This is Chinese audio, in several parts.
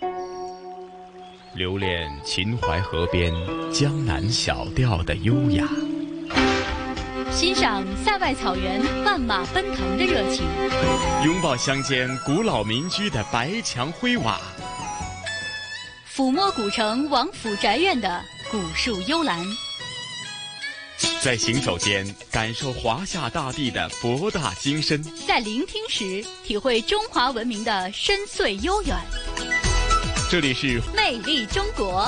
留恋秦淮河边江南小调的优雅， 欣赏塞外草原万马奔腾的热情， 拥抱乡间古老民居的白墙灰瓦， 抚摸古城王府宅院的古树幽兰， 在行走间感受华夏大地的博大精深， 在聆听时体会中华文明的深邃悠远。 这里是魅力中国。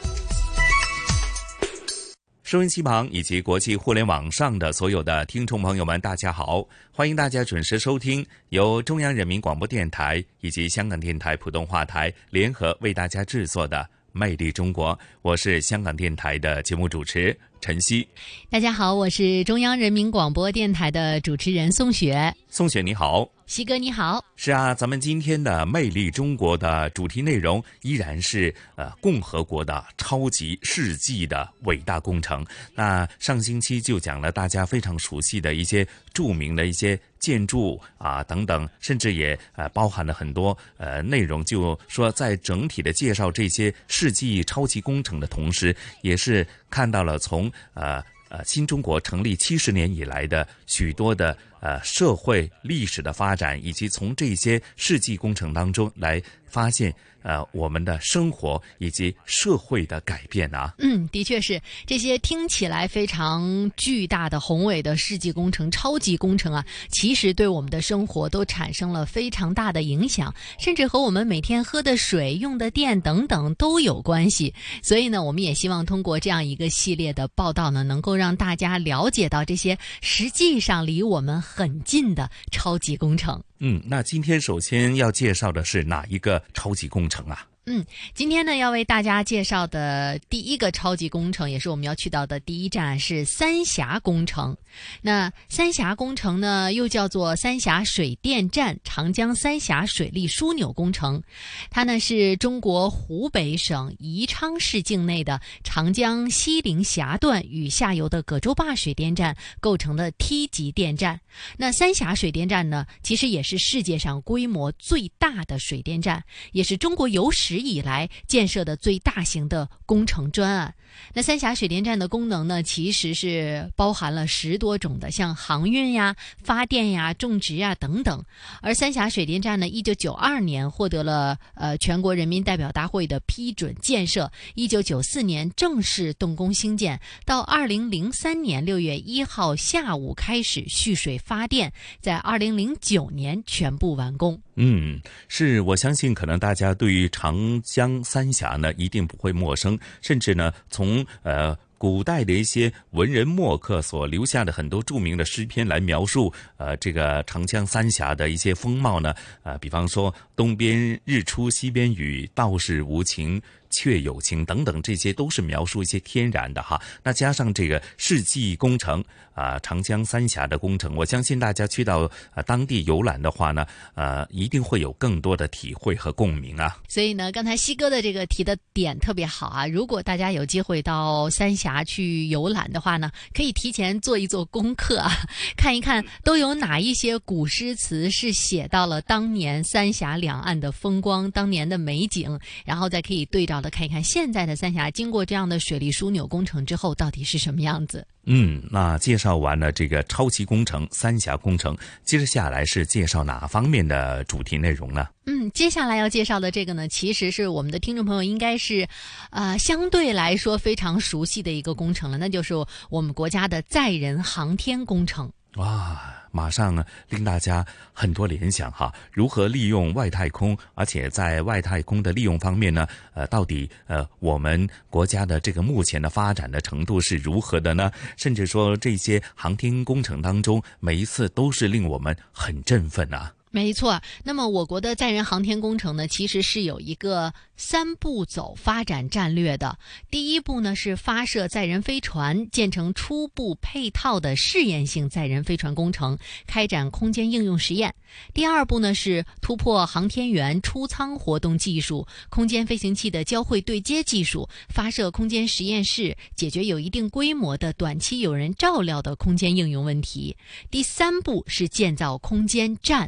收音机旁以及国际互联网上的所有的听众朋友们，大家好，欢迎大家准时收听由中央人民广播电台以及香港电台普通话台联合为大家制作的魅力中国，我是香港电台的节目主持陈曦。 大家好，我是中央人民广播电台的主持人宋雪。 宋雪你好。 曦哥你好。 是啊，咱们今天的魅力中国的主题内容依然是共和国的超级世纪的伟大工程。那上星期就讲了大家非常熟悉的一些著名的一些建筑啊等等，甚至也包含了很多内容，就说在整体的介绍这些世纪超级工程的同时，也是看到了从新中国成立70年以来的许多的社会历史的发展，以及从这些世纪工程当中来发现我们的生活以及社会的改变啊。 的确是这些听起来非常巨大的宏伟的世纪工程、超级工程啊，其实对我们的生活都产生了非常大的影响，甚至和我们每天喝的水、用的电等等都有关系。所以呢，我们也希望通过这样一个系列的报道呢，能够让大家了解到这些实际上离我们很近的超级工程。 那今天首先要介绍的是哪一个超级工程啊？ 今天呢，要为大家介绍的第一个超级工程，也是我们要去到的第一站，是三峡工程。那三峡工程呢，又叫做三峡水电站长江三峡水利枢纽工程。它呢是中国湖北省宜昌市境内的长江西陵峡段与下游的葛洲坝水电站构成的梯级电站。那三峡水电站呢，其实也是世界上规模最大的水电站，也是中国有史以来建设的最大型的工程专案。那三峡水电站的功能呢，其实是包含了10多种的，像航运呀、发电呀、种植呀等等。而三峡水电站呢，1992年获得了全国人民代表大会的批准建设，1994年正式动工兴建，到2003年6月1号下午开始蓄水发电，在2009年全部完工。 是，我相信可能大家对于长江三峡呢一定不会陌生，甚至呢从古代的一些文人墨客所留下的很多著名的诗篇来描述这个长江三峡的一些风貌呢，比方说东边日出西边雨，道是无晴却有情等等，这些都是描述一些天然的哈。那加上这个世纪工程长江三峡的工程，我相信大家去到当地游览的话呢，一定会有更多的体会和共鸣啊。 所以呢，刚才曦哥的这个提的点特别好啊。如果大家有机会到三峡去游览的话呢，可以提前做一做功课啊，看一看都有哪一些古诗词是写到了当年三峡两岸的风光、当年的美景，然后再可以对照的看一看现在的三峡经过这样的水利枢纽工程之后到底是什么样子。 那介绍完了这个超级工程三峡工程，接着下来是介绍哪方面的主题内容呢？ 接下来要介绍的这个呢，其实是我们的听众朋友应该是相对来说非常熟悉的一个工程了，那就是我们国家的载人航天工程。 哇，马上令大家很多联想哈，如何利用外太空，而且在外太空的利用方面呢，到底我们国家的这个目前的发展的程度是如何的呢？甚至说这些航天工程当中，每一次都是令我们很振奋啊。 没错，那么我国的载人航天工程呢，其实是有一个3步走发展战略的。第一步呢是发射载人飞船，建成初步配套的试验性载人飞船工程，开展空间应用实验。第二步呢是突破航天员出舱活动技术、空间飞行器的交会对接技术，发射空间实验室，解决有一定规模的短期有人照料的空间应用问题。第三步是建造空间站，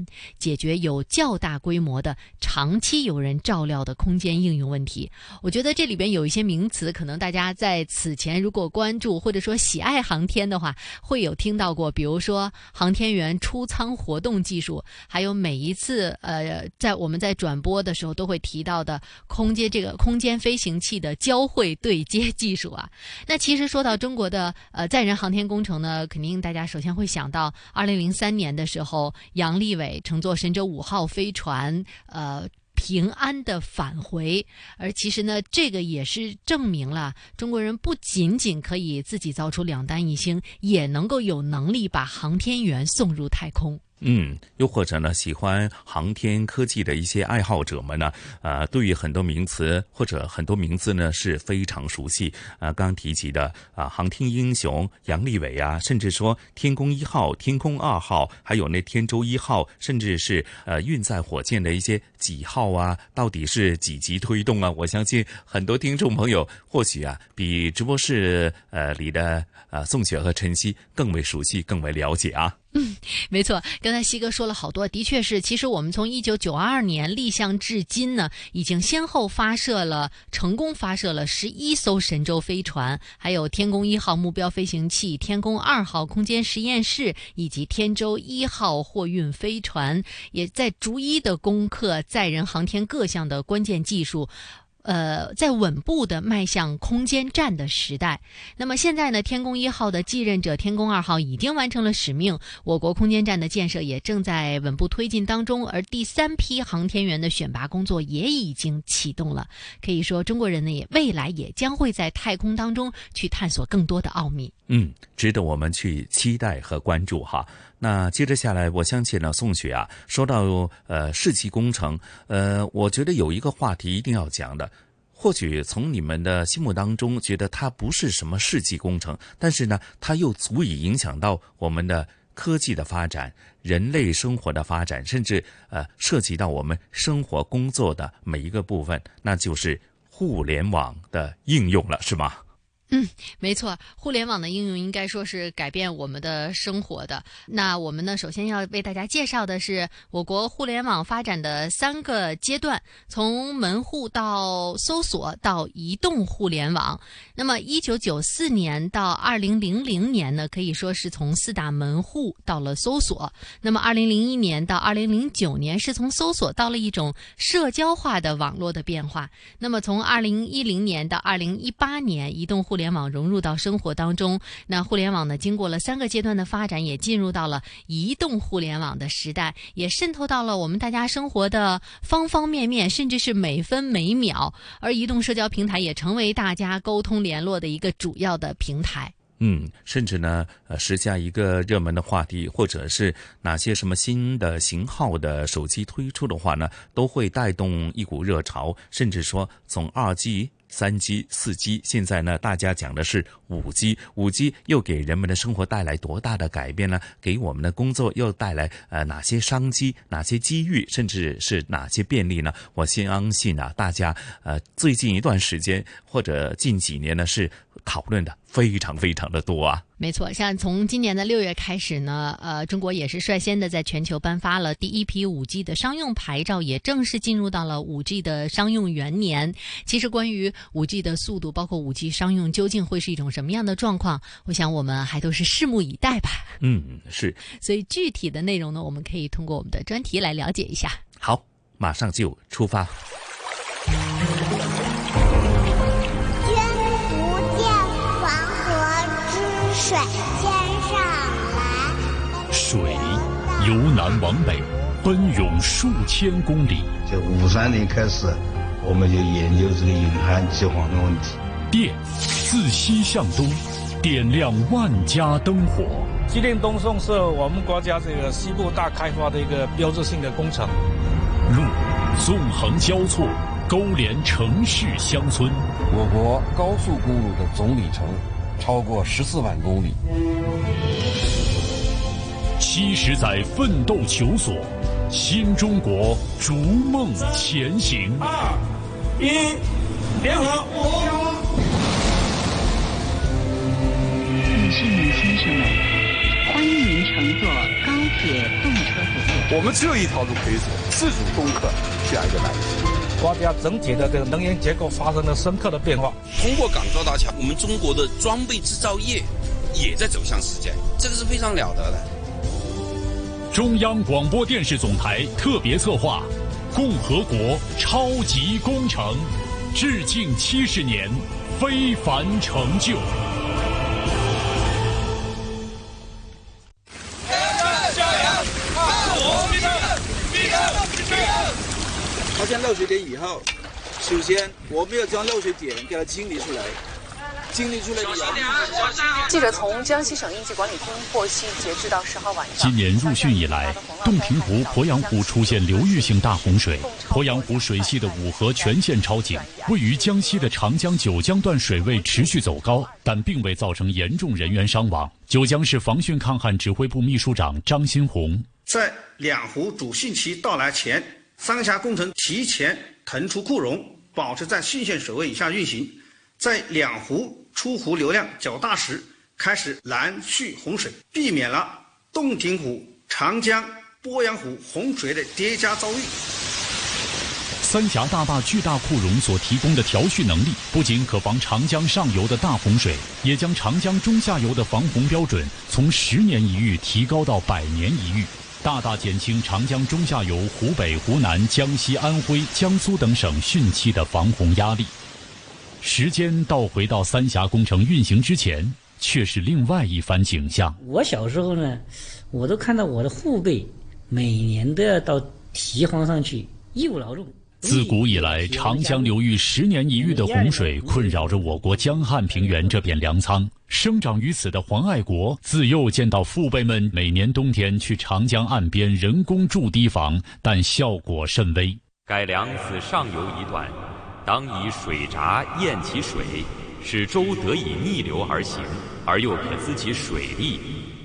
解决有较大规模的长期有人照料的空间应用问题。我觉得这里边有一些名词，可能大家在此前如果关注或者说喜爱航天的话，会有听到过，比如说航天员出舱活动技术，还有每一次我们在转播的时候都会提到的空间飞行器的交会对接技术啊。那其实说到中国的载人航天工程呢，肯定大家首先会想到2003年的时候，杨利伟乘坐神舟5号飞船平安的返回。而其实呢，这个也是证明了中国人不仅仅可以自己造出2弹1星，也能够有能力把航天员送入太空。 又或者呢，喜欢航天科技的一些爱好者们呢，对于很多名词或者很多名字呢是非常熟悉。刚提及的航天英雄杨利伟啊，甚至说天宫1号、天宫2号，还有那天舟1号，甚至是运载火箭的一些几号啊，到底是几级推动啊？我相信很多听众朋友或许比直播室里的宋雪和晨曦更为熟悉、更为了解啊。 没错，刚才西哥说了好多，的确是，其实我们从1992年立项至今呢，已经先后成功发射了11艘神舟飞船，还有天宫1号目标飞行器、天宫2号空间实验室以及天舟1号货运飞船，也在逐一的攻克载人航天各项的关键技术。在稳步的迈向空间站的时代。那么现在呢，天宫1号的继任者天宫2号已经完成了使命，我国空间站的建设也正在稳步推进当中，而第3批航天员的选拔工作也已经启动了。可以说，中国人呢未来也将会在太空当中去探索更多的奥秘。 值得我们去期待和关注哈。那接着下来，我相信呢，宋雪说到世纪工程，我觉得有一个话题一定要讲的。或许从你们的心目当中觉得它不是什么世纪工程，但是呢，它又足以影响到我们的科技的发展、人类生活的发展，甚至涉及到我们生活工作的每一个部分，那就是互联网的应用了，是吗？ 没错，互联网的应用应该说是改变我们的生活的。那我们呢，首先要为大家介绍的是我国互联网发展的3个阶段，从门户到搜索到移动互联网。那么1994年到2000年呢，可以说是从4大门户到了搜索。那么2001年到2009年是从搜索到了一种社交化的网络的变化。那么从2010年到2018年，移动互联网融入到生活当中。那互联网呢，经过了3个阶段的发展，也进入到了移动互联网的时代，也渗透到了我们大家生活的方方面面，甚至是每分每秒。而移动社交平台也成为大家沟通联络的一个主要的平台。 甚至呢，时下一个热门的话题，或者是哪些什么新的型号的手机推出的话呢，都会带动一股热潮，甚至说从2G、3G、4G， 现在呢，大家讲的是5G 又给人们的生活带来多大的改变呢？给我们的工作又带来哪些商机、哪些机遇，甚至是哪些便利呢？我相信大家最近一段时间或者近几年呢，是讨论的非常非常的多啊。 没错，像从今年的6月开始呢，中国也是率先的在全球颁发了第1批5G 的商用牌照，也正式进入到了5G 的商用元年。其实关于5G 的速度，包括5G 商用究竟会是一种什么样的状况，我想我们还都是拭目以待吧。 是。 所以具体的内容呢，我们可以通过我们的专题来了解一下。 好，马上就出发。 水天上来， 水由南往北奔涌数千公里。 就53年开始，我们就研究这个引旱饥荒的问题。 电自西向东，点亮万家灯火。 机电东送是我们国家这个西部大开发的一个标志性的工程。 路纵横交错，勾连城市乡村。 我国高速公路的总里程超过14万公里 ，70载奋斗求索，新中国逐梦前行。 2、1，点火！ 女士们、先生们，欢欢迎您乘坐高铁动车服务。 我们只有一条路可以走，自主攻克下一个难题。 国家整体的这个能源结构发生了深刻的变化。 通过港珠澳大桥，我们中国的装备制造业也在走向世界，这个是非常了得的。 中央广播电视总台特别策划《共和国超级工程》，致敬70年非凡成就。 发现漏水点以后，首先我们要将漏水点给它清理出来。 记者从江西省应急管理厅获悉，截至到10号晚上， 今年入汛以来，洞庭湖、鄱阳湖出现流域性大洪水。鄱阳湖水系的五河全线超警，位于江西的长江九江段水位持续走高，但并未造成严重人员伤亡。九江市防汛抗旱指挥部秘书长张新红在两湖主汛期到来前，三峡工程提前腾出库容，保持在汛线水位以下运行。在两湖出湖流量较大时，开始拦蓄洪水，避免了洞庭湖、长江、鄱阳湖洪水的叠加遭遇。 三峡大坝巨大库容所提供的调蓄能力，不仅可防长江上游的大洪水，也将长江中下游的防洪标准从10年一遇提高到100年一遇，大大减轻长江中下游湖北、湖南、江西、安徽、江苏等省汛期的防洪压力。时间倒回到三峡工程运行之前，却是另外一番景象。 我小时候呢，我都看到我的父辈每年都要到堤防上去义务劳动。 自古以来，长江流域10年一遇的洪水困扰着我国江汉平原这片粮仓。生长于此的黄爱国自幼见到父辈们每年冬天去长江岸边人工筑堤防，但效果甚微。 改良此上游一段，当以水闸堰其水，使舟得以逆流而行，而又可资其水力。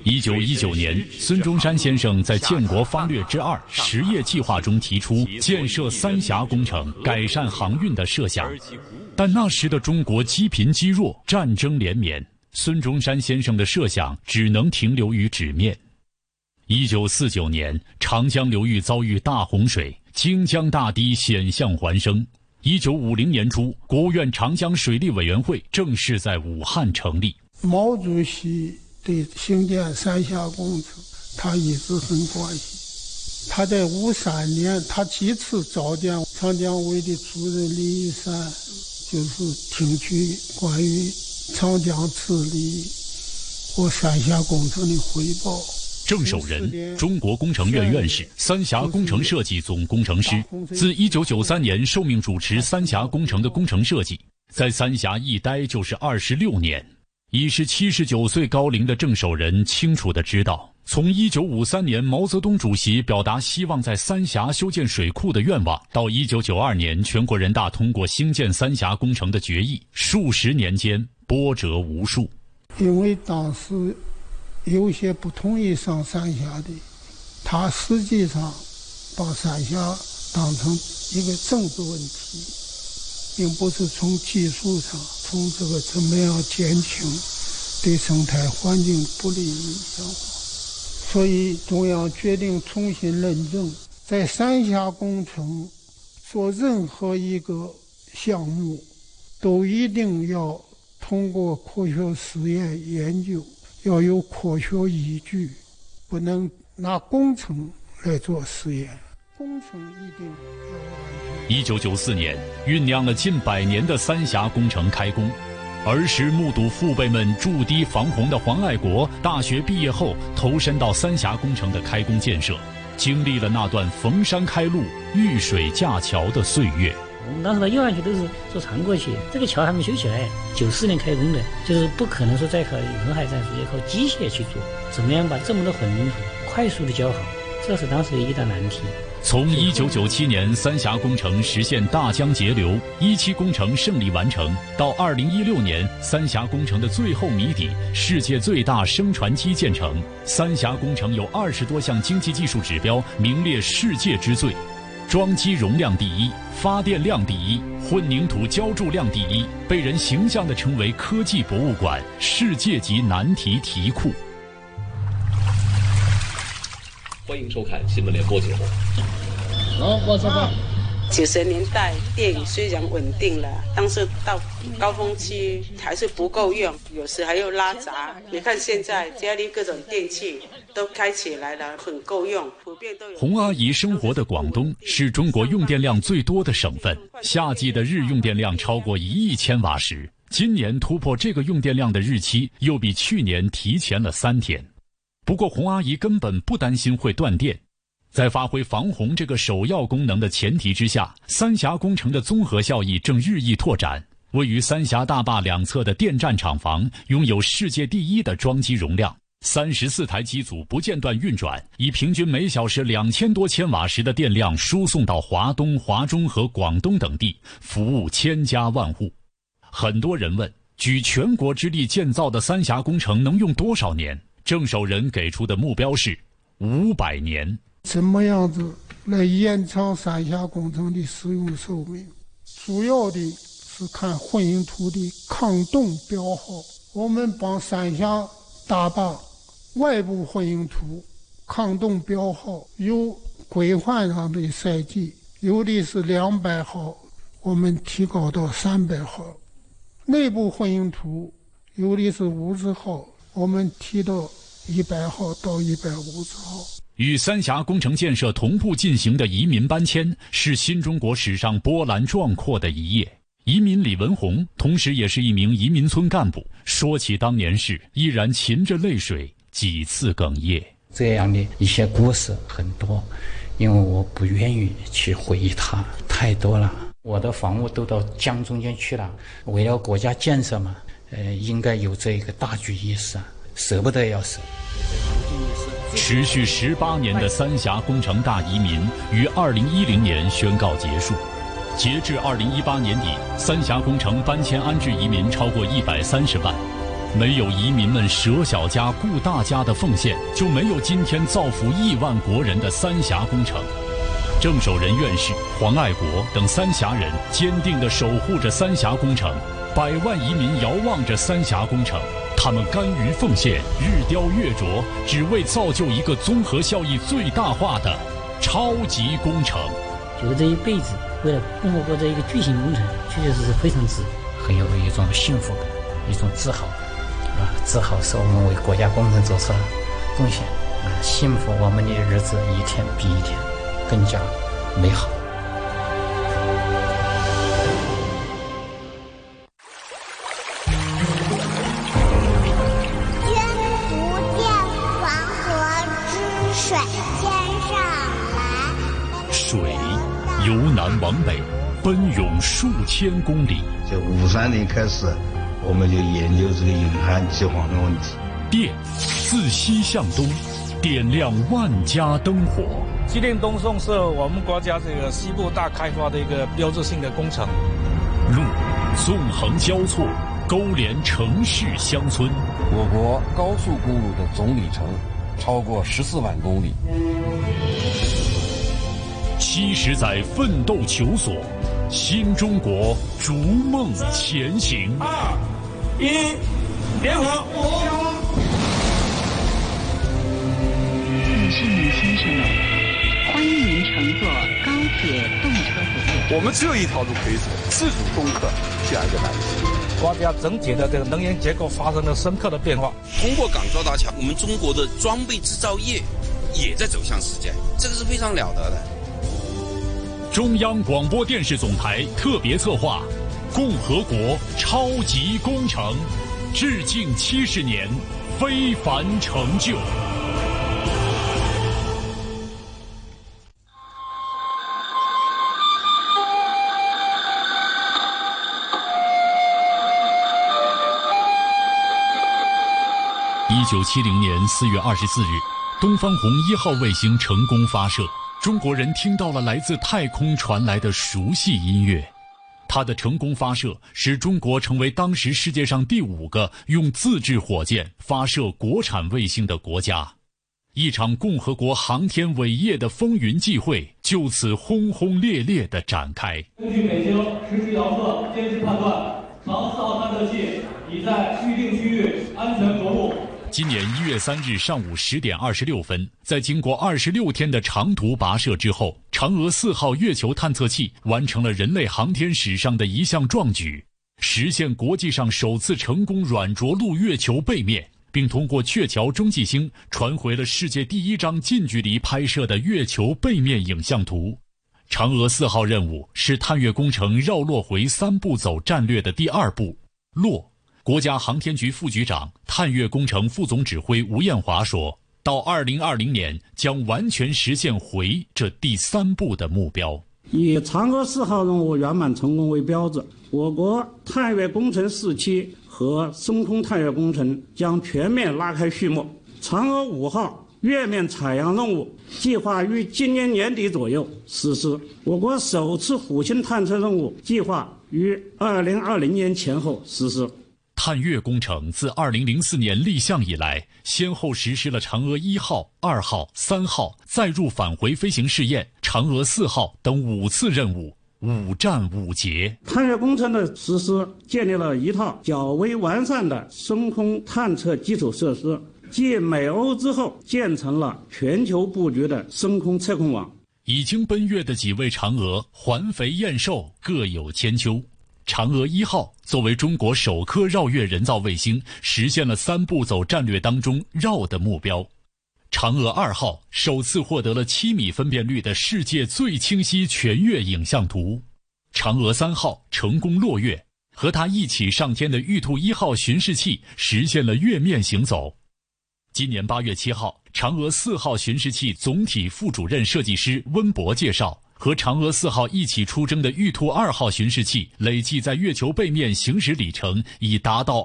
1919年，孙中山先生在建国方略之2实业计划中提出建设三峡工程，改善航运的设想。但那时的中国积贫积弱，战争连绵，孙中山先生的设想只能停留于纸面。1949年，长江流域遭遇大洪水，荆江大堤险象环生。1950年初，国务院长江水利委员会正式在武汉成立。 毛主席对兴建三峡工程他一直很关心。他在53年他几次召见长江委的主任李一山，就是听取关于长江治理和三峡工程的汇报。 郑守仁，中国工程院院士，三峡工程设计总工程师，自1993年受命主持三峡工程的工程设计，在三峡一待就是26年。已是79岁高龄的郑守仁清楚地知道，从1953年毛泽东主席表达希望在三峡修建水库的愿望，到1992年全国人大通过兴建三峡工程的决议，数十年间波折无数。 因为当时有些不同意上三峡的，他实际上把三峡当成一个政治问题，并不是从技术上从这个怎么样减轻对生态环境不利影响。所以中央决定重新论证，在三峡工程做任何一个项目都一定要通过科学实验研究，要有科学依据，不能拿工程来做实验。工程一定要安全。 1994年，酝酿了近100年的三峡工程开工。儿时目睹父辈们筑堤防洪的黄爱国，大学毕业后投身到三峡工程的开工建设，经历了那段逢山开路、遇水架桥的岁月。 我们当时到右岸去都是坐船过去，这个桥还没修起来，94年开工的，就是不可能说再靠人海战术，也靠机械去做，怎么样把这么多混凝土快速的浇好，这是当时的一大难题。 从1997年三峡工程实现大江截流，1期工程胜利完成，到2016年三峡工程的最后谜底——世界最大升船机建成，三峡工程有20多项经济技术指标名列世界之最。装机容量第一，发电量第一，混凝土浇筑量第一，被人形象地称为科技博物馆、世界级难题题库。 欢迎收看新闻联播节目。 好，我说话。 90年代电影虽然稳定了，但是到高峰期还是不够用，有时还要拉闸。你看现在家里各种电器都开起来了，很够用，普遍都有。 洪阿姨生活的广东是中国用电量最多的省份，夏季的日用电量超过1亿千瓦时。今年突破这个用电量的日期又比去年提前了3天。不过洪阿姨根本不担心会断电。在发挥防洪这个首要功能的前提之下，三峡工程的综合效益正日益拓展。位于三峡大坝两侧的电站厂房拥有世界第一的装机容量，34台机组不间断运转，以平均每小时2000多千瓦时的电量输送到华东、华中和广东等地，服务千家万户。很多人问，举全国之力建造的三峡工程能用多少年？郑守仁给出的目标是500年。 怎么样子来延长三峡工程的使用寿命？主要的是看混凝土的抗冻标号。我们把三峡大坝外部混凝土抗冻标号由规范上的赛季，有的是200毫，我们提高到300毫；内部混凝土有的是50毫，我们提到100毫到150毫。 与三峡工程建设同步进行的移民搬迁，是新中国史上波澜壮阔的一页。移民李文宏同时也是一名移民村干部，说起当年事，依然噙着泪水，几次哽咽。 这样的一些故事很多，因为我不愿意去回忆它，太多了。我的房屋都到江中间去了，为了国家建设嘛，应该有这个大局意识，舍不得要舍。 持续18年的三峡工程大移民于2010年宣告结束。截至2018年底，三峡工程搬迁安置移民超过130万。没有移民们舍小家顾大家的奉献，就没有今天造福亿万国人的三峡工程。郑守仁院士、黄爱国等三峡人坚定地守护着三峡工程，100万移民遥望着三峡工程。他们甘于奉献，日雕月琢，只为造就一个综合效益最大化的超级工程。 就这一辈子，为了共和国这一个巨型工程，确确实实非常很有一种幸福感，一种自豪感，自豪是我们为国家工程做出了贡献，幸福我们的日子一天比一天更加美好。 水由南往北奔涌数千公里。 在53年开始，我们就研究这个引旱计划的问题。 电自西向东，点亮万家灯火。 机电东送是我们国家这个西部大开发的一个标志性的工程。 路纵横交错，勾连城市乡村。 我国高速公路的总里程超过14万公里。 70载奋斗求索，新中国逐梦前行。 2、1，点火！ 女士们、先生们，欢迎您乘坐高铁动车组列。 我们只有一条路可以走，自主攻克下一个难题。 国家整体的这个能源结构发生了深刻的变化。 通过港珠澳大桥，我们中国的装备制造业也在走向世界，这个是非常了得的。 中央广播电视总台特别策划《共和国超级工程》，致敬70年非凡成就。1970年4月24日，东方红1号卫星成功发射。中国人听到了来自太空传来的熟悉音乐。它的成功发射使中国成为当时世界上第5个用自制火箭发射国产卫星的国家。一场共和国航天伟业的风云际会就此轰轰烈烈地展开。 根据北京实时遥测监视判断，长4号探测器已在预定区域安全着陆， 今年1月3日上午10点26分，在经过26天的长途跋涉之后，嫦娥4号月球探测器完成了人类航天史上的一项壮举，实现国际上首次成功软着陆月球背面，并通过鹊桥中继星传回了世界第一张近距离拍摄的月球背面影像图。嫦娥4号任务是探月工程绕落回3步走战略的第2步，落。国家航天局副局长、探月工程副总指挥吴艳华说，到2020年将完全实现回这第3步的目标。 以嫦娥4号任务圆满成功为标志，我国探月工程4期和深空探月工程将全面拉开序幕。嫦娥5号月面采样任务计划于今年年底左右实施，我国首次火星探测任务计划于2020年前后实施。 探月工程自2004年立项以来，先后实施了嫦娥1号、2号、3号载入返回飞行试验、嫦娥4号等5次任务，5战5捷。 探月工程的实施建立了一套较为完善的深空探测基础设施，继美欧之后建成了全球布局的深空测控网。 已经奔月的几位嫦娥环肥燕瘦，各有千秋。嫦娥1号作为中国首颗绕月人造卫星，实现了3步走战略当中绕的目标。嫦娥2号首次获得了7米分辨率的世界最清晰全月影像图。嫦娥3号成功落月，和它一起上天的玉兔1号巡视器实现了月面行走。今年8月7号，嫦娥4号巡视器总体副主任设计师温博介绍，和嫦娥4号一起出征的玉兔2号巡视器累计在月球背面行驶里程已达到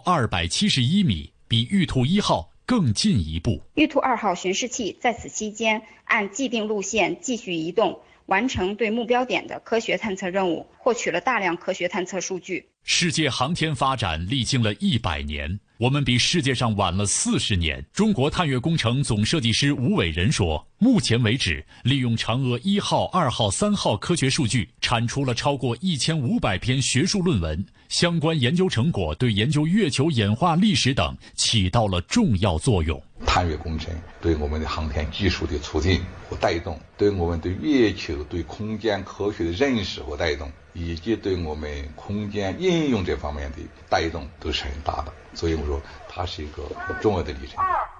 271米，比玉兔1号更进一步。 玉兔2号巡视器在此期间按既定路线继续移动，完成对目标点的科学探测任务，获取了大量科学探测数据。 世界航天发展历经了100年，我们比世界上晚了40年。中国探月工程总设计师吴伟仁说，目前为止，利用嫦娥1号、2号、3号科学数据，产出了超过1500篇学术论文，相关研究成果对研究月球演化历史等起到了重要作用。 探月工程对我们的航天技术的促进和带动，对我们对月球、对空间科学的认识和带动，以及对我们空间应用这方面的带动都是很大的。所以我说，它是一个很重要的里程。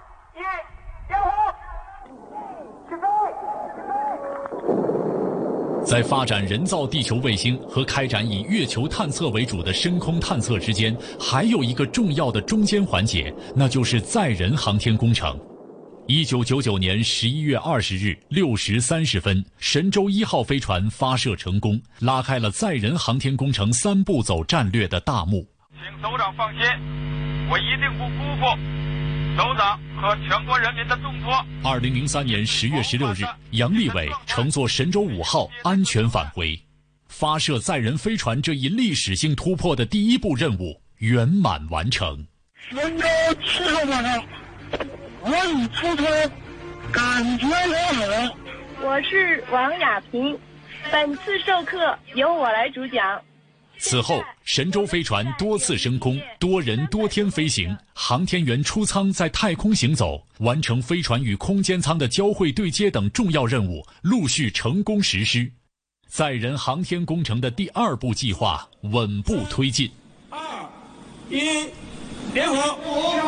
在发展人造地球卫星和开展以月球探测为主的深空探测之间，还有一个重要的中间环节，那就是载人航天工程。1999年11月20日6时30分，神舟1号飞船发射成功，拉开了载人航天工程3步走战略的大幕。 请首长放心，我一定不辜负首长和全国人民的重托。 2003年10月16日，杨利伟乘坐神舟5号安全返回，发射载人飞船这一历史性突破的第1步任务圆满完成。 神舟7号晚上，我已出舱，感觉良好。 我是王亚平，本次授课由我来主讲。 此后，神舟飞船多次升空，多人多天飞行，航天员出舱在太空行走，完成飞船与空间舱的交会对接等重要任务，陆续成功实施。载人航天工程的第2步计划稳步推进。 2、1，点火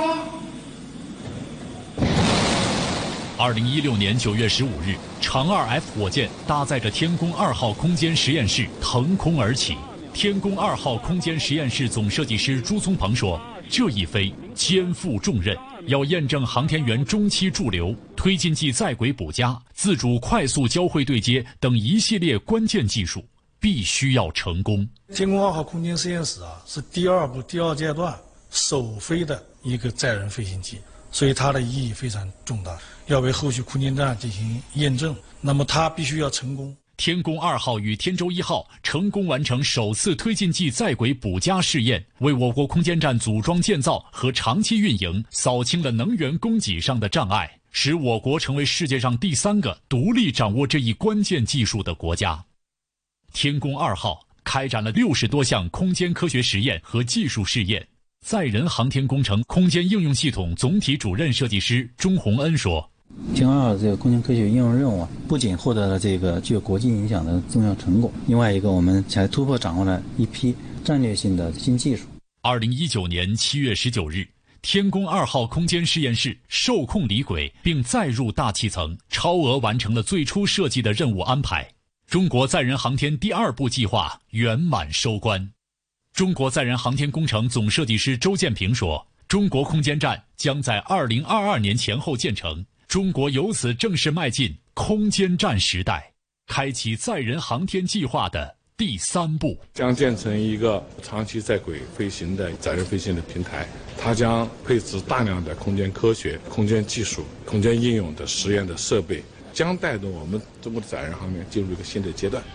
！2016年9月15日，长2F 火箭搭载着天宫2号空间实验室腾空而起。天宫2号空间实验室总设计师朱聪鹏说，这一飞肩负重任，要验证航天员中期驻留、推进剂在轨补加、自主快速交会对接等一系列关键技术，必须要成功。 天宫2号空间实验室是第2步第2阶段首飞的一个载人飞行器，所以它的意义非常重大，要为后续空间站进行验证，那么它必须要成功。 天宫2号与天舟1号成功完成首次推进剂在轨补加试验，为我国空间站组装建造和长期运营扫清了能源供给上的障碍，使我国成为世界上第3个独立掌握这一关键技术的国家。天宫2号开展了60多项空间科学实验和技术试验， 载人航天工程空间应用系统总体主任设计师钟洪恩说：“ 天宫2号这个空间科学应用任务不仅获得了这个具有国际影响的重要成果，另外一个我们还突破掌握了一批战略性的新技术。” 2019年7月19日，天宫2号空间实验室受控离轨并载入大气层，超额完成了最初设计的任务安排。中国载人航天第2步计划圆满收官。中国载人航天工程总设计师周建平说：“中国空间站将在2022年前后建成，中国由此正式迈进空间站时代，开启载人航天计划的第3步， 将建成一个长期在轨飞行的载人飞行的平台。它将配置大量的空间科学、空间技术、空间应用的实验的设备，将带动我们中国的载人航天进入一个新的阶段。”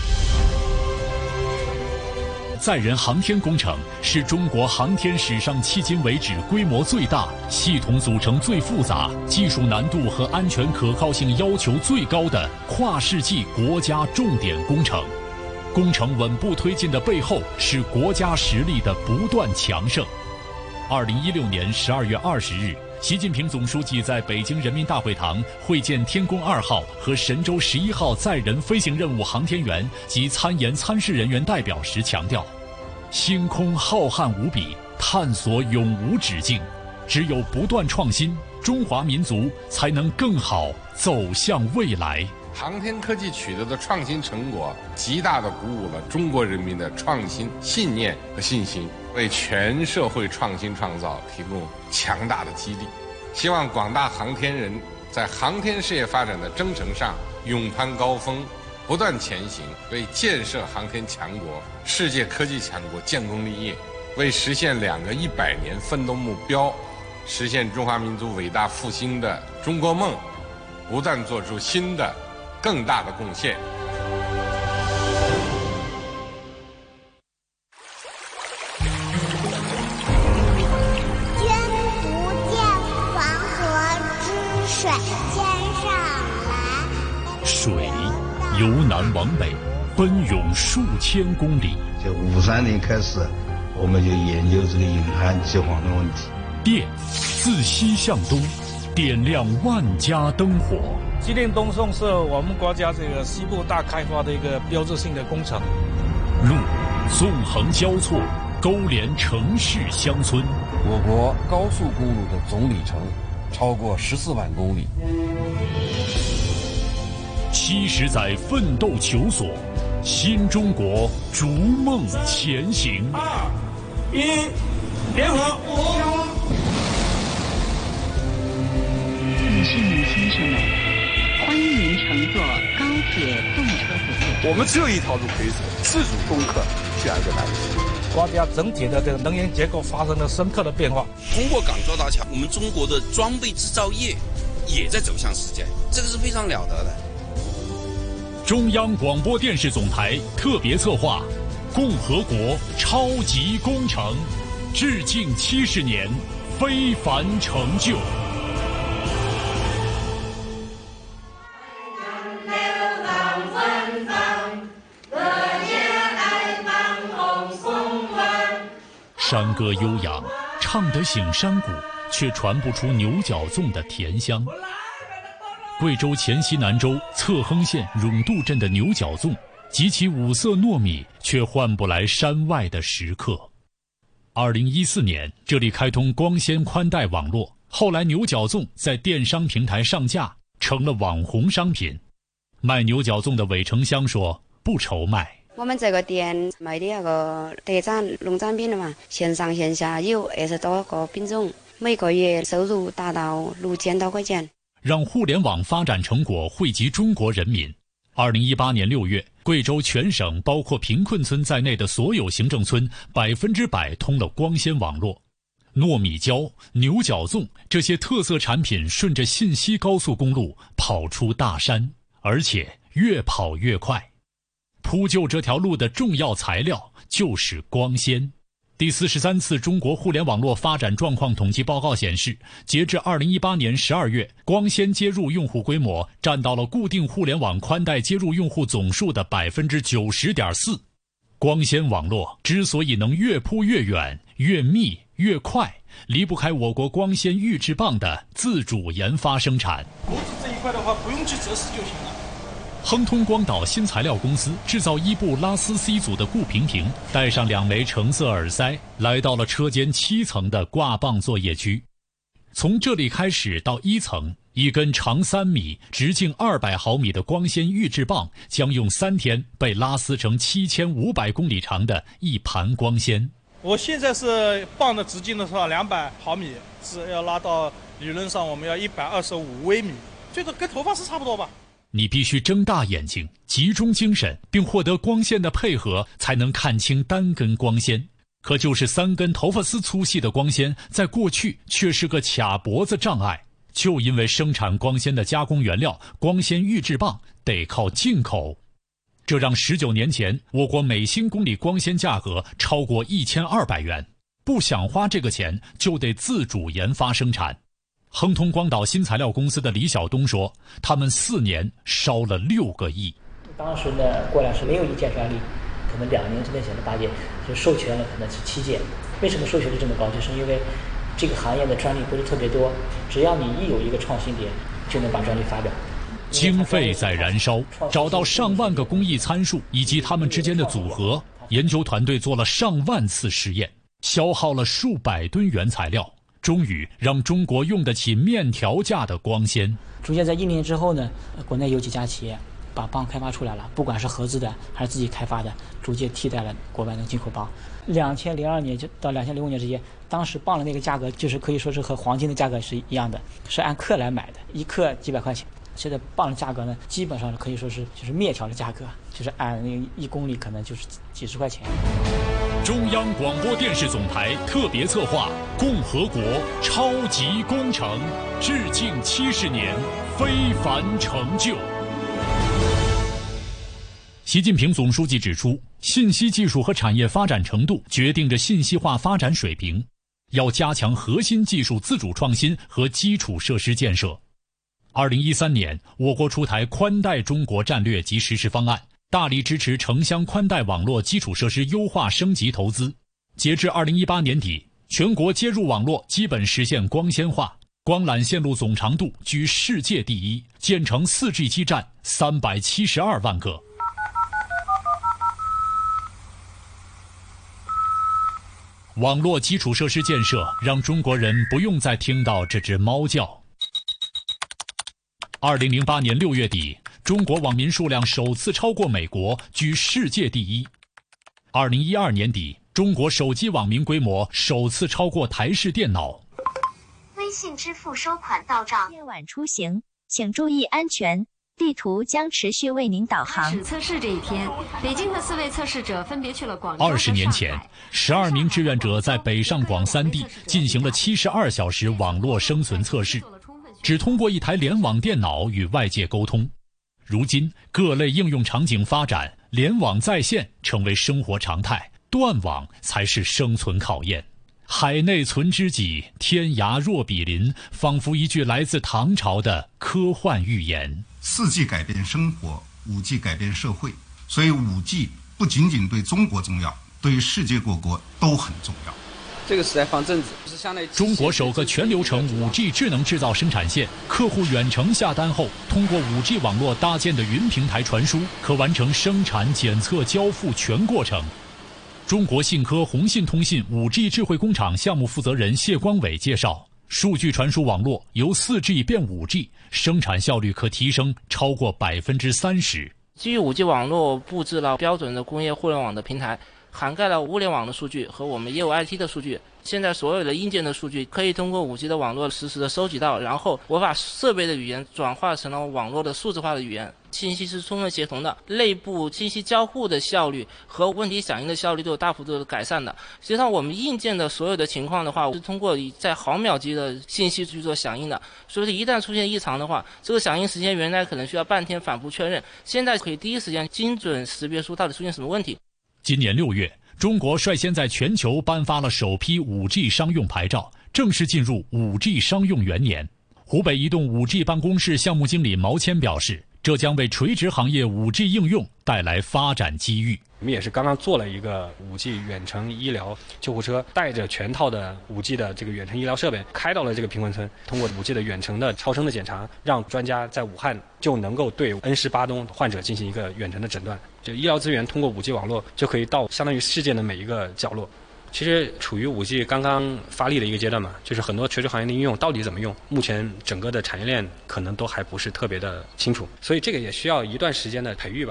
载人航天工程是中国航天史上迄今为止规模最大、系统组成最复杂、技术难度和安全可靠性要求最高的跨世纪国家重点工程。工程稳步推进的背后是国家实力的不断强盛。2016年12月20日，习近平总书记在北京人民大会堂会见天宫2号和神舟11号载人飞行任务航天员及参研参试人员代表时强调，星空浩瀚无比，探索永无止境，只有不断创新，中华民族才能更好走向未来。 航天科技取得的创新成果，极大地鼓舞了中国人民的创新信念和信心，为全社会创新创造提供强大的激励。希望广大航天人在航天事业发展的征程上勇攀高峰，不断前行，为建设航天强国、世界科技强国建功立业，为实现2个100年奋斗目标，实现中华民族伟大复兴的中国梦，不断做出新的更大的贡献。 君不见黄河之水天上来。 水由南往北奔涌数千公里。 就53年开始，我们就研究这个引寒积黄的问题。 电自西向东，点亮万家灯火。 机电东送是我们国家这个西部大开发的一个标志性的工程。 路纵横交错，勾连城市乡村。 我国高速公路的总里程超过14万公里。 70载奋斗求索，新中国逐梦前行。 2、1，点火！ 女士们、先生们，欢迎乘坐高铁动车组。 我们只有一条路可以走，自主攻克下一个难题。 国家整体的这个能源结构发生了深刻的变化。 通过港珠澳大桥，我们中国的装备制造业也在走向世界，这个是非常了得的。 中央广播电视总台特别策划《共和国超级工程》，致敬70年非凡成就。山歌悠扬，唱得醒山谷，却传不出牛角粽的甜香。贵州黔西南州侧亨县永渡镇的牛角粽及其五色糯米，却换不来山外的食客。2014年，这里开通光纤宽带网络，后来牛角粽在电商平台上架，成了网红商品。卖牛角粽的韦成香说：“不愁卖。 我们这个店卖的那个特产农产品的嘛，线上线下有20多个品种，每个月收入达到6000多块钱。” 让互联网发展成果惠及中国人民。2018年6月，贵州全省包括贫困村在内的所有行政村100%通了光纤网络。糯米椒、牛角粽这些特色产品顺着信息高速公路跑出大山，而且越跑越快。铺就这条路的重要材料就是光纤。第43次中国互联网络发展状况统计报告显示，截至2018年12月，光纤接入用户规模占到了固定互联网宽带接入用户总数的90.4%。光纤网络之所以能越铺越远、越密越快，离不开我国光纤预制棒的自主研发生产。 模子这一块的话，不用去测试就行了。 亨通光导新材料公司制造伊布拉斯 C 组的顾萍萍，带上2枚橙色耳塞，来到了车间7层的挂棒作业区。从这里开始到1层，一根长3米、直径200毫米的光纤预制棒将用3天被拉丝成7500公里长的一盘光纤。 我现在是棒的直径的话200毫米，是要拉到理论上我们要125微米，最多跟头发丝差不多吧。 你必须睁大眼睛，集中精神，并获得光线的配合，才能看清单根光纤。可就是3根头发丝粗细的光纤，在过去却是个卡脖子障碍，就因为生产光纤的加工原料光纤预制棒得靠进口，这让19年前我国每新公里光纤价格超过1200元，不想花这个钱就得自主研发生产。亨通光导新材料公司的李晓东说，他们4年烧了6个亿。 当时呢，过来是没有1件专利，可能2年之内写了8件，就授权了可能是7件。为什么授权率这么高？就是因为这个行业的专利不是特别多，只要你一有一个创新点，就能把专利发表。 经费在燃烧，找到上万个工艺参数以及它们之间的组合，研究团队做了上万次实验，消耗了数百吨原材料。终于让中国用得起面条价的光纤。 逐渐在1年之后呢，国内有几家企业把棒开发出来了，不管是合资的还是自己开发的，逐渐替代了国外的进口棒。2002年就到2005年之间，当时棒的那个价格就是可以说是和黄金的价格是一样的，是按克来买的，1克几百块钱。现在棒的价格呢，基本上可以说是就是面条的价格，就是按1公里可能就是几十块钱。 中央广播电视总台特别策划《共和国超级工程》，致敬70年非凡成就。习近平总书记指出，信息技术和产业发展程度决定着信息化发展水平，要加强核心技术自主创新和基础设施建设。2013年，我国出台宽带中国战略及实施方案，大力支持城乡宽带网络基础设施优化升级投资。截至2018年底，全国接入网络基本实现光纤化，光缆线路总长度居世界第一，建成4G 基站372万个。网络基础设施建设让中国人不用再听到这只猫叫。2008年6月底，中国网民数量首次超过美国，居世界第一。2012年底，中国手机网民规模首次超过台式电脑。 微信支付收款到账。夜晚出行，请注意安全。地图将持续为您导航。开始测试这一天，北京的4位测试者分别去了广州和上海。 20年前，12名志愿者在北上广3地进行了72小时网络生存测试，只通过一台联网电脑与外界沟通。如今，各类应用场景发展，联网在线成为生活常态，断网才是生存考验。海内存知己，天涯若比邻，仿佛一句来自唐朝的科幻预言。 4G 改变生活，5G 改变社会，所以5G 不仅仅对中国重要，对于世界各国都很重要。 这个时代放政治，是相当于中国首个全流程5G 智能制造生产线，客户远程下单后，通过5G 网络搭建的云平台传输，可完成生产、检测、交付全过程。中国信科宏信通信 5G 智慧工厂项目负责人谢光伟介绍，数据传输网络由 4G 变 5G， 生产效率可提升超过30%。 基于 5G 网络布置了标准的工业互联网的平台，涵盖了物联网的数据和我们业务 IT 的数据。现在所有的硬件的数据可以通过 5G 的网络实时的收集到，然后我把设备的语言转化成了网络的数字化的语言，信息是充分协同的，内部信息交互的效率和问题响应的效率都有大幅度的改善的。实际上我们硬件的所有的情况的话，是通过在毫秒级的信息去做响应的，所以一旦出现异常的话，这个响应时间原来可能需要半天反复确认，现在可以第一时间精准识别出到底出现什么问题。 今年6月，中国率先在全球颁发了首批 5G 商用牌照，正式进入 5G 商用元年。湖北移动 5G 办公室项目经理毛谦表示， 这将为垂直行业 5G 应用带来发展机遇。 我们也是刚刚做了一个5G 远程医疗救护车，带着全套的5G 的这个远程医疗设备开到了这个贫困村，通过5G 的远程的超声的检查，让专家在武汉就能够对恩施巴东患者进行一个远程的诊断。这医疗资源通过5G 网络就可以到相当于世界的每一个角落。其实处于5G 刚刚发力的一个阶段嘛，就是很多垂直行业的应用到底怎么用，目前整个的产业链可能都还不是特别的清楚，所以这个也需要一段时间的培育吧。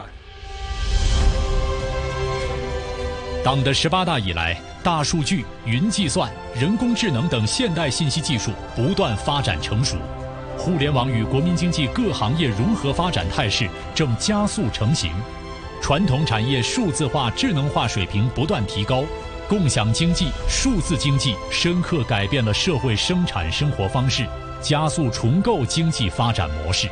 党的18大以来，大数据、云计算、人工智能等现代信息技术不断发展成熟，互联网与国民经济各行业融合发展态势正加速成型，传统产业数字化、智能化水平不断提高，共享经济、数字经济深刻改变了社会生产生活方式，加速重构经济发展模式。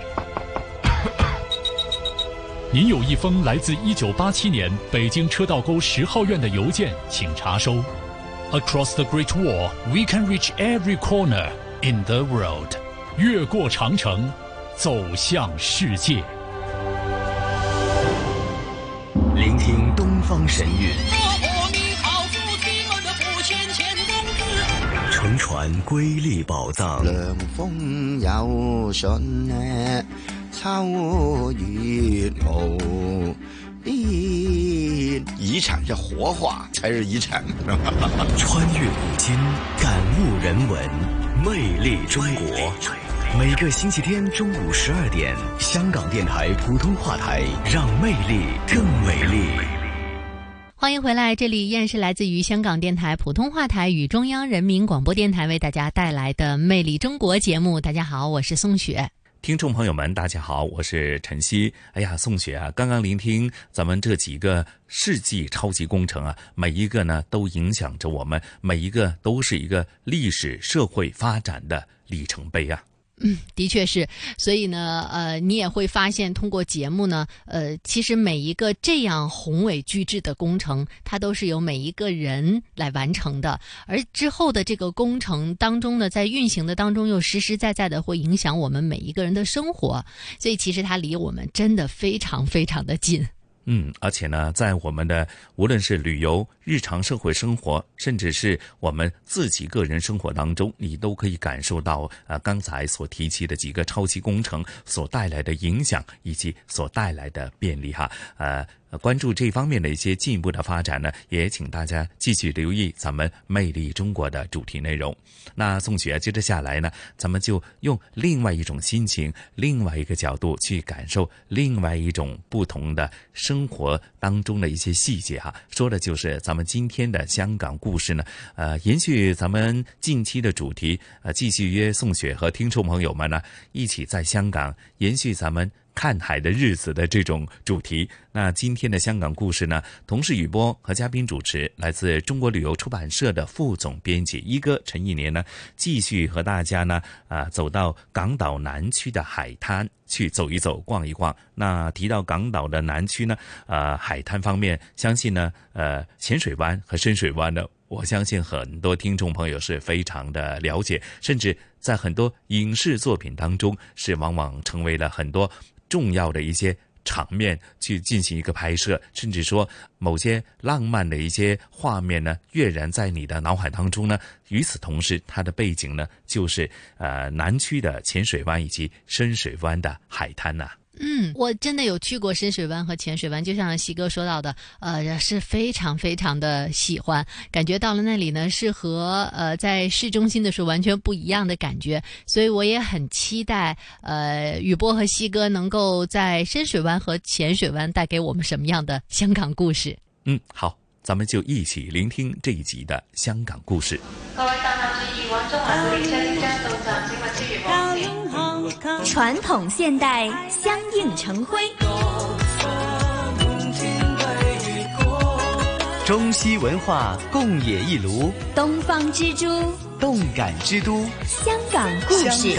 您有一封来自1987年北京车道沟10号院的邮件，请查收。Across the Great Wall, we can reach every corner in the world. 越过长城，走向世界。 聆听东方神韵，乘船瑰丽宝藏。 凉风有信秋月无边，遗产要活化才是遗产。 穿越古今，感悟人文，魅力中国。每个星期天中午12点，香港电台普通话台，让魅力更美丽。 欢迎回来，这里依然是来自于香港电台普通话台与中央人民广播电台为大家带来的魅力中国节目。大家好，我是宋雪。 听众朋友们大家好，我是晨曦。哎呀，宋雪啊，刚刚聆听咱们这几个世纪超级工程啊，每一个呢都影响着我们，每一个都是一个历史社会发展的里程碑啊。 的确是，所以呢，你也会发现，通过节目呢，其实每一个这样宏伟巨制的工程，它都是由每一个人来完成的，而之后的这个工程当中呢，在运行的当中又实实在在的会影响我们每一个人的生活，所以其实它离我们真的非常非常的近。 而且呢，在我们的无论是旅游、日常社会生活，甚至是我们自己个人生活当中，你都可以感受到刚才所提及的几个超级工程所带来的影响以及所带来的便利哈。关注这方面的一些进一步的发展呢，也请大家继续留意咱们魅力中国的主题内容。那宋雪接着下来呢，咱们就用另外一种心情、另外一个角度去感受另外一种不同的生活当中的一些细节哈。说的就是咱们今天的香港故事呢，延续咱们近期的主题，继续约宋雪和听众朋友们呢一起在香港延续咱们看海的日子的这种主题。那今天的香港故事呢，同是雨波和嘉宾主持，来自中国旅游出版社的副总编辑一哥陈一年呢，继续和大家呢走到港岛南区的海滩去走一走、逛一逛。那提到港岛的南区呢，海滩方面，相信呢浅水湾和深水湾呢，我相信很多听众朋友是非常的了解，甚至在很多影视作品当中是往往成为了很多重要的一些场面去进行一个拍摄，甚至说某些浪漫的一些画面呢跃然在你的脑海当中呢。与此同时，它的背景呢就是南区的浅水湾以及深水湾的海滩呐。 我真的有去过深水湾和浅水湾，就像西哥说到的，是非常非常的喜欢，感觉到了那里呢是和在市中心的时候完全不一样的感觉，所以我也很期待雨波和西哥能够在深水湾和浅水湾带给我们什么样的香港故事。 好，咱们就一起聆听这一集的香港故事。 各位搭客注意，往中環列車即將到站，請勿超越黃線。 傳統現代相映成輝， 中西文化共冶一爐， 東方之珠， 動感之都， 香港故事。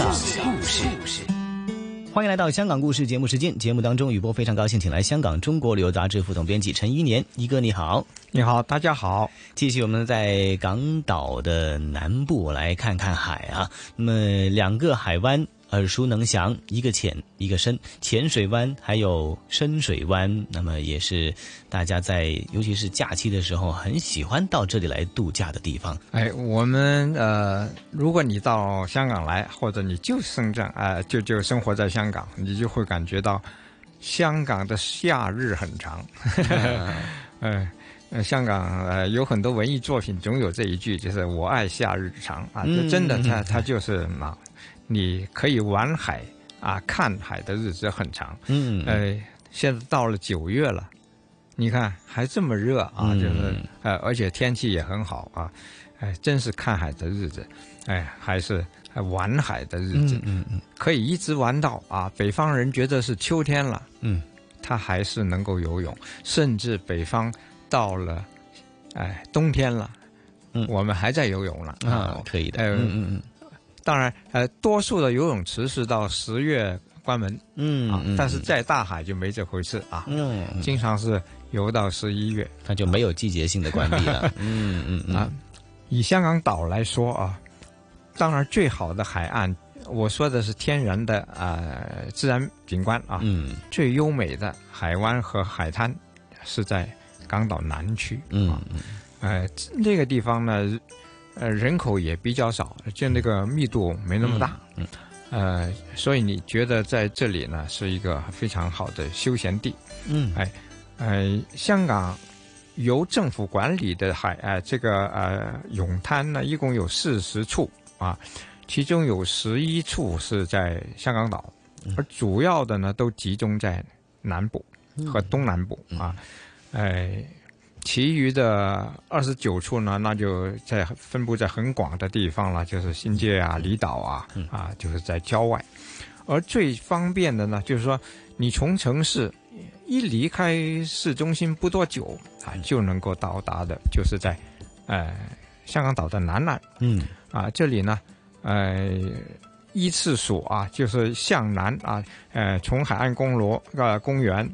欢迎来到香港故事节目时间，节目当中雨波非常高兴请来香港中国旅游杂志副总编辑陈一年。一哥你好。 你好，大家好。 继续我们在港岛的南部来看看海啊。那么两个海湾耳熟能详，一个浅一个深，浅水湾还有深水湾，那么也是大家在尤其是假期的时候很喜欢到这里来度假的地方。 我们如果你到香港来，或者你就生活在香港，你就会感觉到香港的夏日很长。香港有很多文艺作品总有这一句，就是我爱夏日长啊，这真的它就是你可以玩海啊看海的日子很长。现在到了9月了，你看还这么热啊，就是而且天气也很好啊，真是看海的日子，还是玩海的日子，可以一直玩到啊，北方人觉得是秋天了，他还是能够游泳，甚至北方到了冬天了，我们还在游泳了啊， 可以的， 当然多数的游泳池是到10月关门，但是在大海就没这回事啊，经常是游到11月， 它就没有季节性的关闭了。 以香港岛来说啊，当然最好的海岸，我说的是天然的自然景观啊，最优美的海湾和海滩是在港岛南区，那个地方呢，人口也比较少，就那个密度没那么大，所以你觉得在这里呢是一个非常好的休闲地，香港由政府管理的这个泳滩呢，一共有40处啊，其中有11处是在香港岛，而主要的呢都集中在南部和东南部啊，其余的29处呢，那就分布在很广的地方了，就是新界啊、离岛啊，就是在郊外。而最方便的呢，就是说你从城市一离开市中心不多久就能够到达的，就是在香港岛的南岸。这里呢，依次数啊，就是向南啊，从海岸公园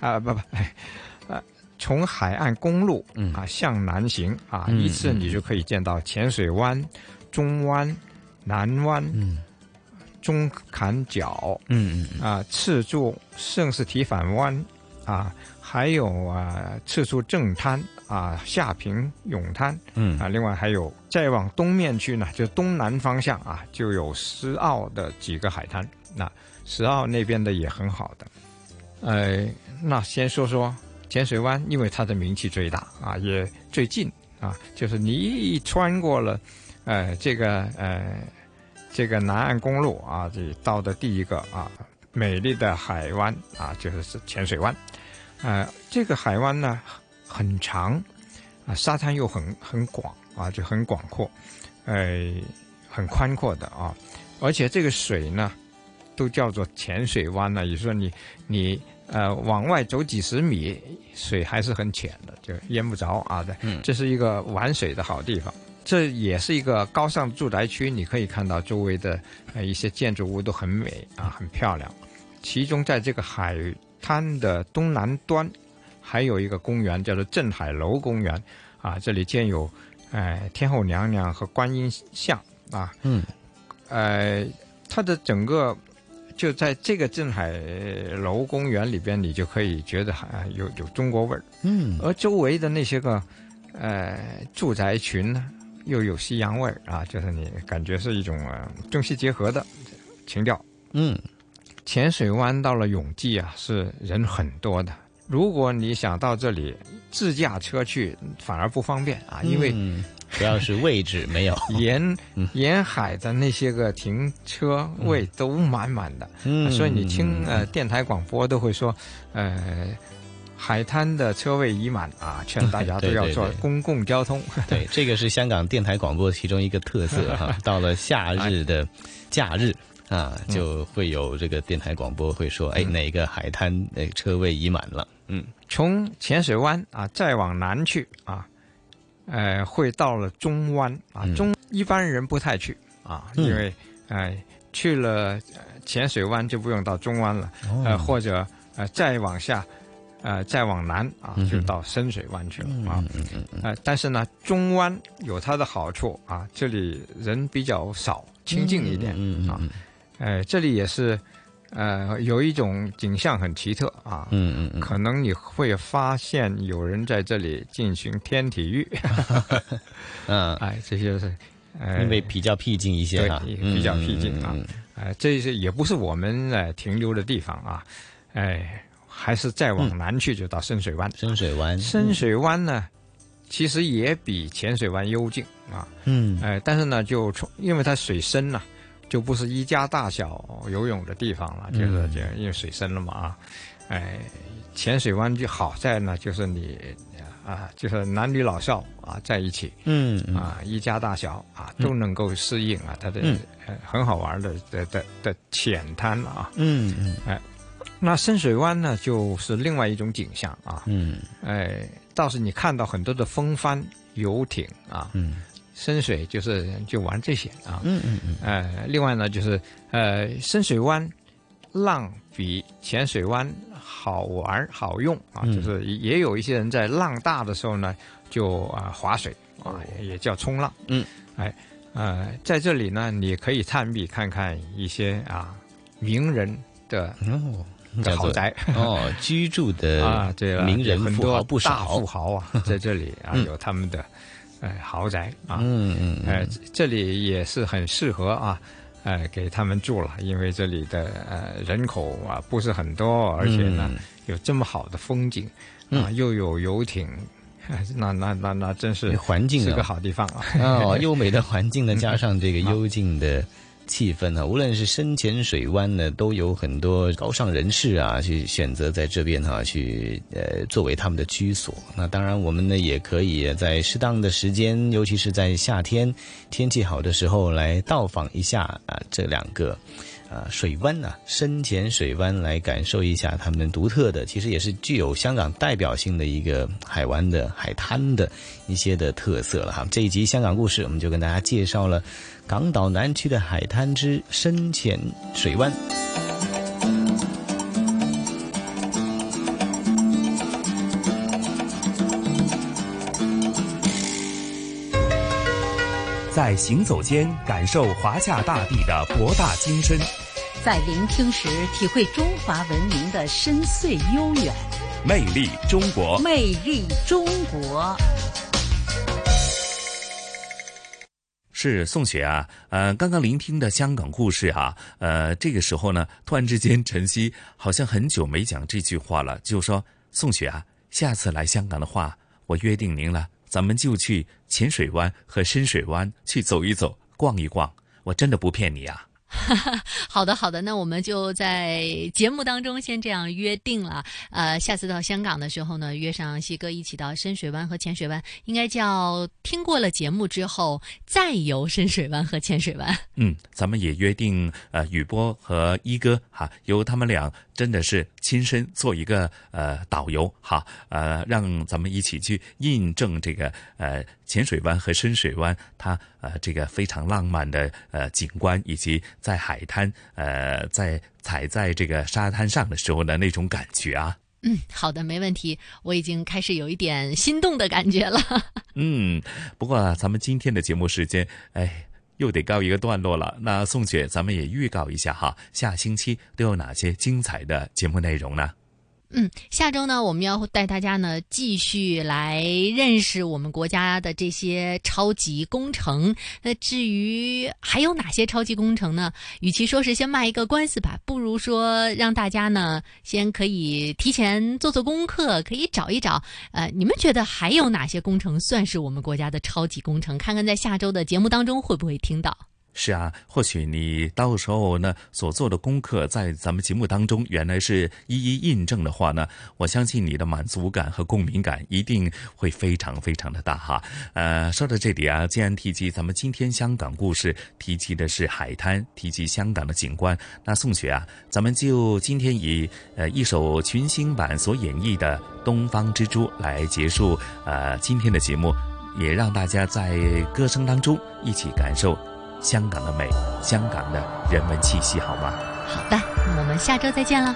从海岸公路向南行啊，依次你就可以见到浅水湾、中湾、南湾、中坎角，赤柱、圣士提反湾啊，还有赤柱正滩啊、下平泳滩，另外还有再往东面去呢，就东南方向啊，就有石澳的几个海滩，那石澳那边的也很好的。那先说说浅水湾，因为它的名气最大啊，也最近啊，就是你一穿过了这个南岸公路啊，这到的第一个啊美丽的海湾啊，就是浅水湾。这个海湾呢很长啊，沙滩又很广啊，就很广阔，很宽阔的啊，而且这个水呢都叫做浅水湾呢，也就是说你往外走几十米，水还是很浅的，就淹不着啊的。这是一个玩水的好地方。这也是一个高尚住宅区，你可以看到周围的一些建筑物都很美啊，很漂亮。其中在这个海滩的东南端，还有一个公园叫做镇海楼公园啊，这里建有天后娘娘和观音像啊。它的整个就在这个镇海楼公园里边，你就可以觉得有中国味儿。而周围的那些个住宅群呢，又有西洋味儿啊，就是你感觉是一种中西结合的情调。浅水湾到了泳季啊，是人很多的。如果你想到这里自驾车去，反而不方便啊，因为主要是位置没有沿海的那些个停车位都满满的，所以你听电台广播都会说，海滩的车位已满啊，劝大家都要坐公共交通。 对，这个是香港电台广播其中一个特色哈。到了夏日的假日啊，就会有这个电台广播会说，哪个海滩车位已满了。 从浅水湾啊再往南去啊，会到了中湾啊，一般人不太去啊，因为去了浅水湾就不用到中湾了，或者再往下。再往南啊，就到深水湾去了啊。但是呢，中湾有它的好处啊，这里人比较少，清静一点啊。 这里也是有一种景象很奇特啊，可能你会发现有人在这里进行天体浴，这些是因为比较僻静一些哈， 比较僻静啊，这些也不是我们停留的地方啊，还是再往南去就到深水湾。 深水湾呢，其实也比浅水湾幽静啊，但是呢，因为它水深呢，就不是一家大小游泳的地方了，就是因为水深了嘛浅水湾就好在呢，就是你就是男女老少在一起，一家大小都能够适应它的很好玩的浅滩了那深水湾呢，就是另外一种景象倒是你看到很多的风帆游艇深水就玩这些另外呢就是深水湾浪比浅水湾好玩好用就是也有一些人在浪大的时候呢就划水也叫冲浪在这里呢你可以探秘看看一些名人的豪宅居住的名人富豪不少， 大富豪在这里有他们的豪宅这里也是很适合给他们住了，因为这里的人口不是很多，而且呢有这么好的风景又有游艇，那真是环境是个好地方优美的环境呢，加上这个幽静的气氛无论是深浅水湾呢，都有很多高尚人士去选择在这边去作为他们的居所。那当然我们呢也可以在适当的时间，尤其是在夏天天气好的时候来到访一下这两个水湾深浅水湾，来感受一下他们独特的，其实也是具有香港代表性的一个海湾的海滩的一些的特色了这一集香港故事，我们就跟大家介绍了港岛南区的海滩之深浅水湾。 在行走间感受华夏大地的博大精深， 在聆听时体会中华文明的深邃悠远。 魅力中国， 魅力中国。 是宋雪刚刚聆听的香港故事这个时候呢，突然之间晨曦好像很久没讲这句话了，就说宋雪下次来香港的话，我约定您了，咱们就去浅水湾和深水湾去走一走逛一逛，我真的不骗你好的，那我们就在节目当中先这样约定了。下次到香港的时候呢，约上西哥一起到深水湾和浅水湾，应该叫听过了节目之后再游深水湾和浅水湾。 咱们也约定雨波和一哥由他们俩真的是亲身做一个导游让咱们一起去印证这个浅水湾和深水湾它这个非常浪漫的景观，以及在海滩在踩在这个沙滩上的时候的那种感觉好的，没问题，我已经开始有一点心动的感觉了不过咱们今天的节目时间又得告一个段落了。那宋雪，咱们也预告一下下星期都有哪些精彩的节目内容呢？ 下周呢，我们要带大家呢继续来认识我们国家的这些超级工程。那至于还有哪些超级工程呢？与其说是先卖一个关子吧，不如说让大家呢先可以提前做做功课，可以找一找。你们觉得还有哪些工程算是我们国家的超级工程？看看在下周的节目当中会不会听到。 是或许你到时候呢所做的功课在咱们节目当中原来是一一印证的话呢，我相信你的满足感和共鸣感一定会非常非常的大说到这里既然提及咱们今天香港故事，提及的是海滩，提及香港的景观，那宋雪咱们就今天以一首群星版所演绎的《东方之珠》来结束今天的节目，也让大家在歌声当中一起感受香港的美，香港的人文气息，好吗？ 好的，我们下周再见了。